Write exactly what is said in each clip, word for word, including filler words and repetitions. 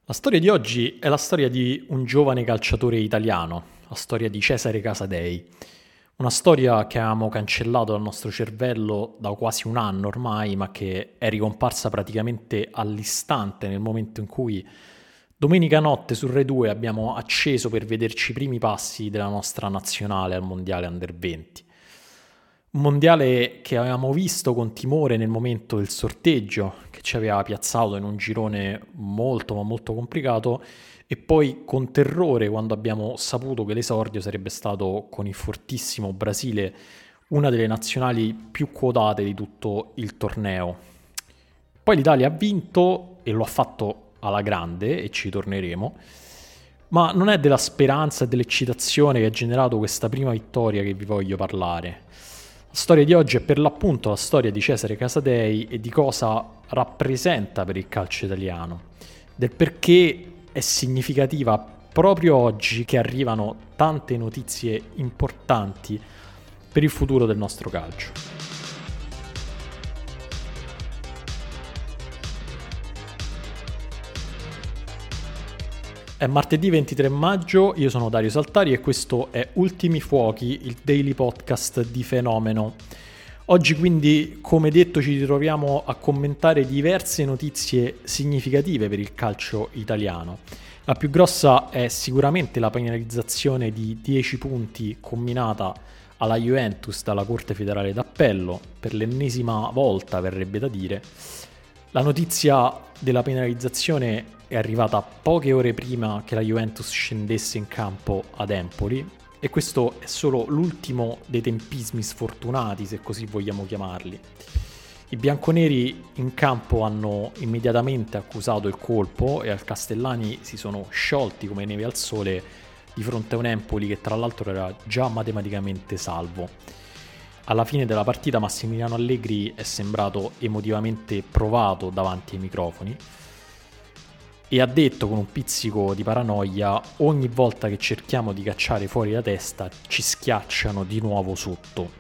La storia di oggi è la storia di un giovane calciatore italiano, la storia di Cesare Casadei. Una storia che avevamo cancellato dal nostro cervello da quasi un anno ormai, ma che è ricomparsa praticamente all'istante nel momento in cui domenica notte su Rai due abbiamo acceso per vederci i primi passi della nostra nazionale al Mondiale Under venti. Un mondiale che avevamo visto con timore nel momento del sorteggio, che ci aveva piazzato in un girone molto ma molto complicato, e poi con terrore quando abbiamo saputo che l'esordio sarebbe stato con il fortissimo Brasile, una delle nazionali più quotate di tutto il torneo. Poi l'Italia ha vinto e lo ha fatto alla grande, e ci torneremo, ma non è della speranza e dell'eccitazione che ha generato questa prima vittoria che vi voglio parlare. La storia di oggi è per l'appunto la storia di Cesare Casadei e di cosa rappresenta per il calcio italiano, del perché è significativa proprio oggi che arrivano tante notizie importanti per il futuro del nostro calcio. È martedì ventitré maggio, io sono Dario Saltari e questo è Ultimi Fuochi, il daily podcast di Fenomeno. Oggi quindi, come detto, ci ritroviamo a commentare diverse notizie significative per il calcio italiano. La più grossa è sicuramente la penalizzazione di dieci punti comminata alla Juventus dalla Corte Federale d'Appello, per l'ennesima volta verrebbe da dire. La notizia della penalizzazione è arrivata poche ore prima che la Juventus scendesse in campo ad Empoli e questo è solo l'ultimo dei tempismi sfortunati, se così vogliamo chiamarli. I bianconeri in campo hanno immediatamente accusato il colpo e al Castellani si sono sciolti come neve al sole di fronte a un Empoli che tra l'altro era già matematicamente salvo. Alla fine della partita Massimiliano Allegri è sembrato emotivamente provato davanti ai microfoni e ha detto con un pizzico di paranoia: ogni volta che cerchiamo di cacciare fuori la testa ci schiacciano di nuovo sotto.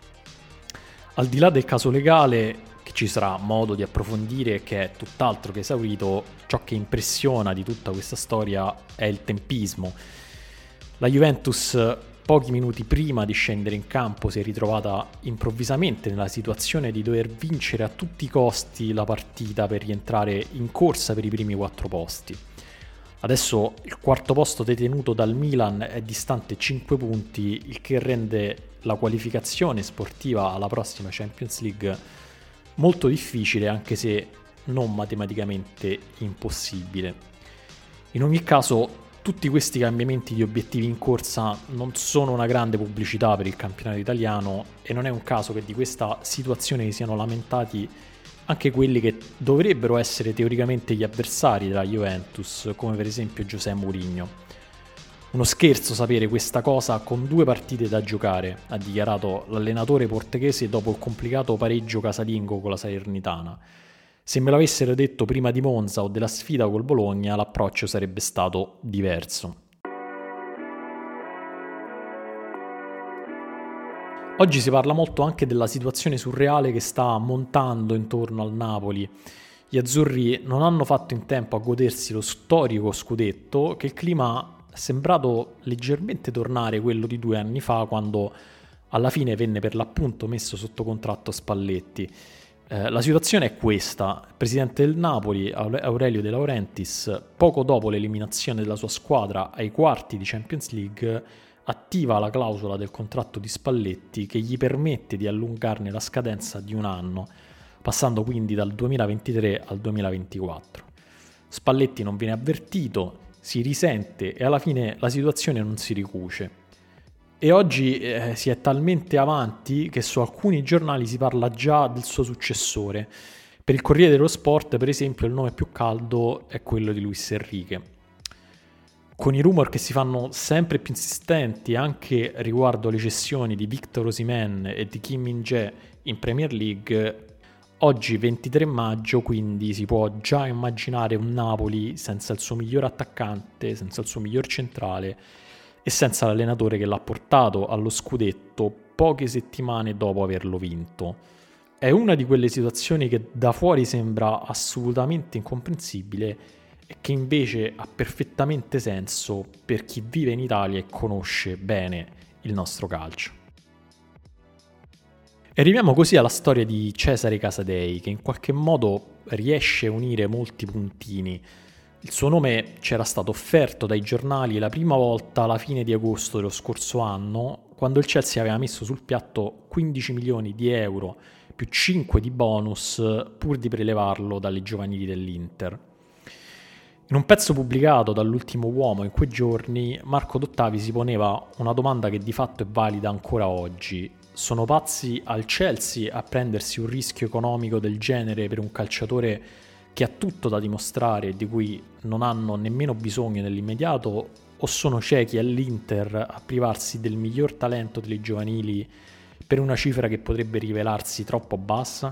Al di là del caso legale, che ci sarà modo di approfondire, che è tutt'altro che esaurito, ciò che impressiona di tutta questa storia è il tempismo. La Juventus pochi minuti prima di scendere in campo si è ritrovata improvvisamente nella situazione di dover vincere a tutti i costi la partita per rientrare in corsa per i primi quattro posti. Adesso il quarto posto detenuto dal Milan è distante cinque punti, il che rende la qualificazione sportiva alla prossima Champions League molto difficile, anche se non matematicamente impossibile. In ogni caso, tutti questi cambiamenti di obiettivi in corsa non sono una grande pubblicità per il campionato italiano e non è un caso che di questa situazione siano lamentati anche quelli che dovrebbero essere teoricamente gli avversari della Juventus, come per esempio José Mourinho. Uno scherzo sapere questa cosa con due partite da giocare, ha dichiarato l'allenatore portoghese dopo il complicato pareggio casalingo con la Salernitana. Se me l'avessero detto prima di Monza o della sfida col Bologna, l'approccio sarebbe stato diverso. Oggi si parla molto anche della situazione surreale che sta montando intorno al Napoli. Gli azzurri non hanno fatto in tempo a godersi lo storico scudetto, che il clima è sembrato leggermente tornare quello di due anni fa, quando alla fine venne per l'appunto messo sotto contratto Spalletti. Eh, la situazione è questa: il presidente del Napoli, Aurelio De Laurentiis, poco dopo l'eliminazione della sua squadra ai quarti di Champions League, attiva la clausola del contratto di Spalletti che gli permette di allungarne la scadenza di un anno, passando quindi dal duemilaventitré al duemilaventiquattro. Spalletti non viene avvertito, si risente e alla fine la situazione non si ricuce. E oggi eh, si è talmente avanti che su alcuni giornali si parla già del suo successore. Per il Corriere dello Sport, per esempio, il nome più caldo è quello di Luis Enrique. Con i rumor che si fanno sempre più insistenti anche riguardo le cessioni di Victor Osimhen e di Kim Min-jae in Premier League, oggi ventitré maggio quindi si può già immaginare un Napoli senza il suo miglior attaccante, senza il suo miglior centrale e senza l'allenatore che l'ha portato allo scudetto poche settimane dopo averlo vinto. È una di quelle situazioni che da fuori sembra assolutamente incomprensibile e che invece ha perfettamente senso per chi vive in Italia e conosce bene il nostro calcio. E arriviamo così alla storia di Cesare Casadei, che in qualche modo riesce a unire molti puntini. Il suo nome c'era stato offerto dai giornali la prima volta alla fine di agosto dello scorso anno, quando il Chelsea aveva messo sul piatto quindici milioni di euro più cinque di bonus pur di prelevarlo dalle giovanili dell'Inter. In un pezzo pubblicato dall'Ultimo Uomo in quei giorni, Marco Dottavi si poneva una domanda che di fatto è valida ancora oggi. Sono pazzi al Chelsea a prendersi un rischio economico del genere per un calciatore che ha tutto da dimostrare e di cui non hanno nemmeno bisogno nell'immediato, o sono ciechi all'Inter a privarsi del miglior talento delle giovanili per una cifra che potrebbe rivelarsi troppo bassa?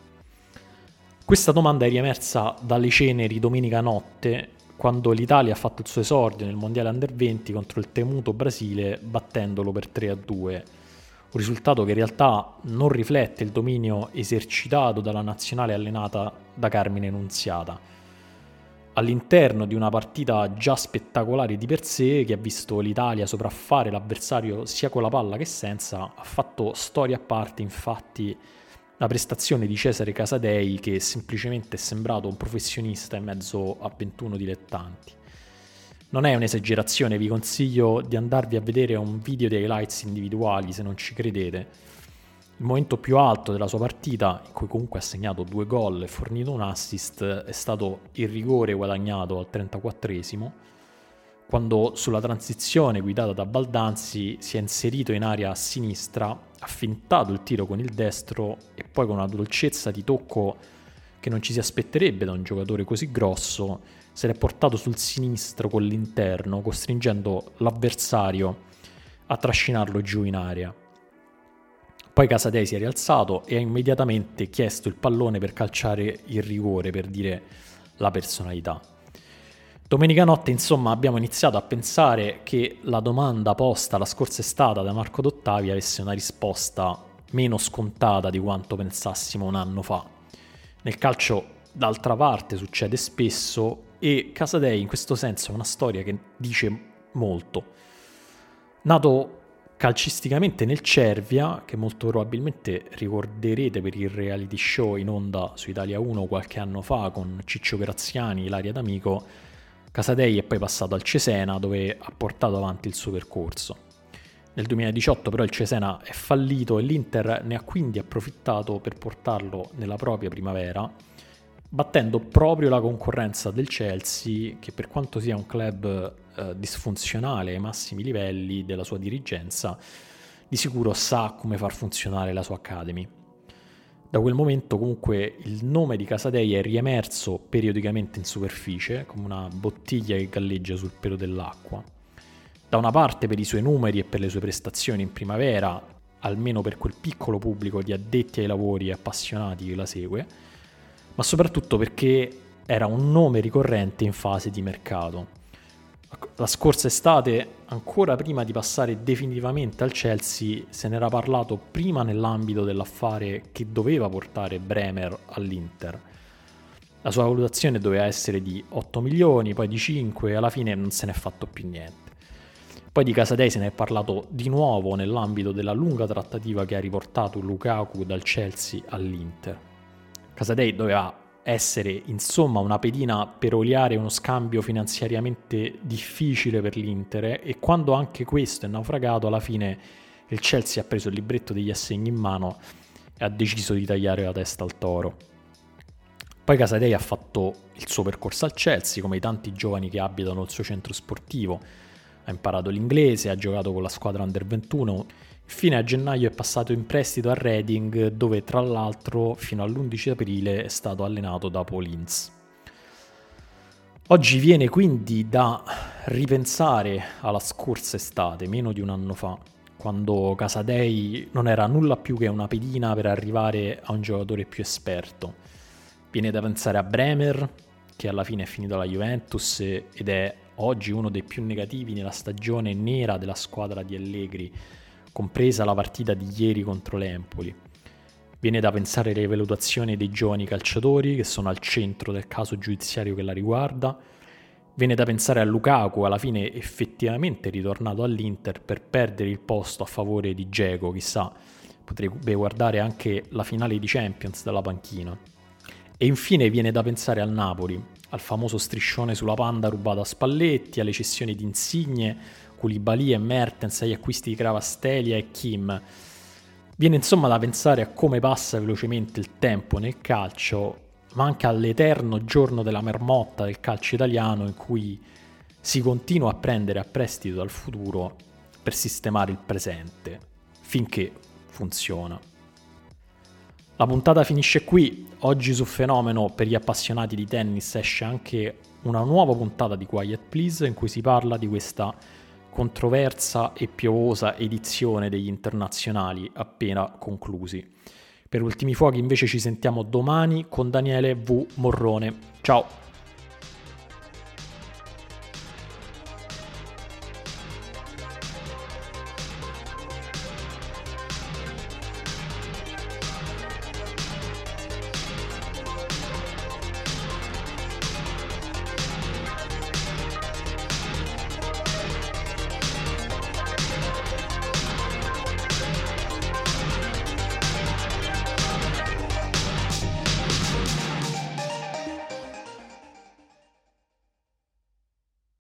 Questa domanda è riemersa dalle ceneri domenica notte, quando l'Italia ha fatto il suo esordio nel Mondiale Under venti contro il temuto Brasile, battendolo per tre a due. Un risultato che in realtà non riflette il dominio esercitato dalla nazionale allenata da Carmine Nunziata, all'interno di una partita già spettacolare di per sé, che ha visto l'Italia sopraffare l'avversario sia con la palla che senza. Ha fatto storia a parte infatti la prestazione di Cesare Casadei, che semplicemente è sembrato un professionista in mezzo a ventuno dilettanti. Non è un'esagerazione, vi consiglio di andarvi a vedere un video di highlights individuali se non ci credete. Il momento più alto della sua partita, in cui comunque ha segnato due gol e fornito un assist, è stato il rigore guadagnato al trentaquattresimo, quando sulla transizione guidata da Baldanzi si è inserito in area a sinistra, ha fintato il tiro con il destro e poi con una dolcezza di tocco che non ci si aspetterebbe da un giocatore così grosso, se l'è portato sul sinistro con l'interno, costringendo l'avversario a trascinarlo giù in area. Poi Casadei si è rialzato e ha immediatamente chiesto il pallone per calciare il rigore, per dire la personalità. Domenica notte, insomma, abbiamo iniziato a pensare che la domanda posta la scorsa estate da Marco Dottavi avesse una risposta meno scontata di quanto pensassimo un anno fa. Nel calcio, d'altra parte, succede spesso e Casadei in questo senso è una storia che dice molto. Nato calcisticamente nel Cervia, che molto probabilmente ricorderete per il reality show in onda su Italia uno qualche anno fa con Ciccio Graziani, Ilaria D'Amico, Casadei è poi passato al Cesena, dove ha portato avanti il suo percorso. Nel duemiladiciotto però il Cesena è fallito e l'Inter ne ha quindi approfittato per portarlo nella propria primavera, battendo proprio la concorrenza del Chelsea, che per quanto sia un club eh, disfunzionale ai massimi livelli della sua dirigenza, di sicuro sa come far funzionare la sua academy. Da quel momento comunque il nome di Casadei è riemerso periodicamente in superficie, come una bottiglia che galleggia sul pelo dell'acqua. Da una parte per i suoi numeri e per le sue prestazioni in primavera, almeno per quel piccolo pubblico di addetti ai lavori e appassionati che la segue, ma soprattutto perché era un nome ricorrente in fase di mercato. La scorsa estate, ancora prima di passare definitivamente al Chelsea, se n'era parlato prima nell'ambito dell'affare che doveva portare Bremer all'Inter. La sua valutazione doveva essere di otto milioni, poi di cinque, e alla fine non se n'è fatto più niente. Poi di Casadei se ne è parlato di nuovo nell'ambito della lunga trattativa che ha riportato Lukaku dal Chelsea all'Inter. Casadei doveva essere insomma una pedina per oliare uno scambio finanziariamente difficile per l'Inter, e quando anche questo è naufragato, alla fine il Chelsea ha preso il libretto degli assegni in mano e ha deciso di tagliare la testa al toro. Poi Casadei ha fatto il suo percorso al Chelsea, come i tanti giovani che abitano il suo centro sportivo, ha imparato l'inglese, ha giocato con la squadra under ventuno. Infine a gennaio è passato in prestito a Reading, dove tra l'altro fino all'undici aprile è stato allenato da Paul Ince. Oggi viene quindi da ripensare alla scorsa estate, meno di un anno fa, quando Casadei non era nulla più che una pedina per arrivare a un giocatore più esperto. Viene da pensare a Bremer, che alla fine è finito alla Juventus ed è oggi uno dei più negativi nella stagione nera della squadra di Allegri, compresa la partita di ieri contro l'Empoli. Viene da pensare alle valutazioni dei giovani calciatori che sono al centro del caso giudiziario che la riguarda, Viene da pensare a Lukaku, alla fine effettivamente ritornato all'Inter per perdere il posto a favore di Dzeko, chissà, potrebbe guardare anche la finale di Champions dalla panchina. E infine viene da pensare al Napoli, al famoso striscione sulla Panda rubato a Spalletti, alle cessioni di Insigne, Koulibaly e Mertens, agli acquisti di Cravastelia e Kim. Viene insomma da pensare a come passa velocemente il tempo nel calcio, ma anche all'eterno giorno della marmotta del calcio italiano in cui si continua a prendere a prestito dal futuro per sistemare il presente, finché funziona. La puntata finisce qui. Oggi su Fenomeno, per gli appassionati di tennis, esce anche una nuova puntata di Quiet Please in cui si parla di questa controversa e piovosa edizione degli internazionali appena conclusi. Per Ultimi Fuochi invece ci sentiamo domani con Daniele V. Morrone. Ciao!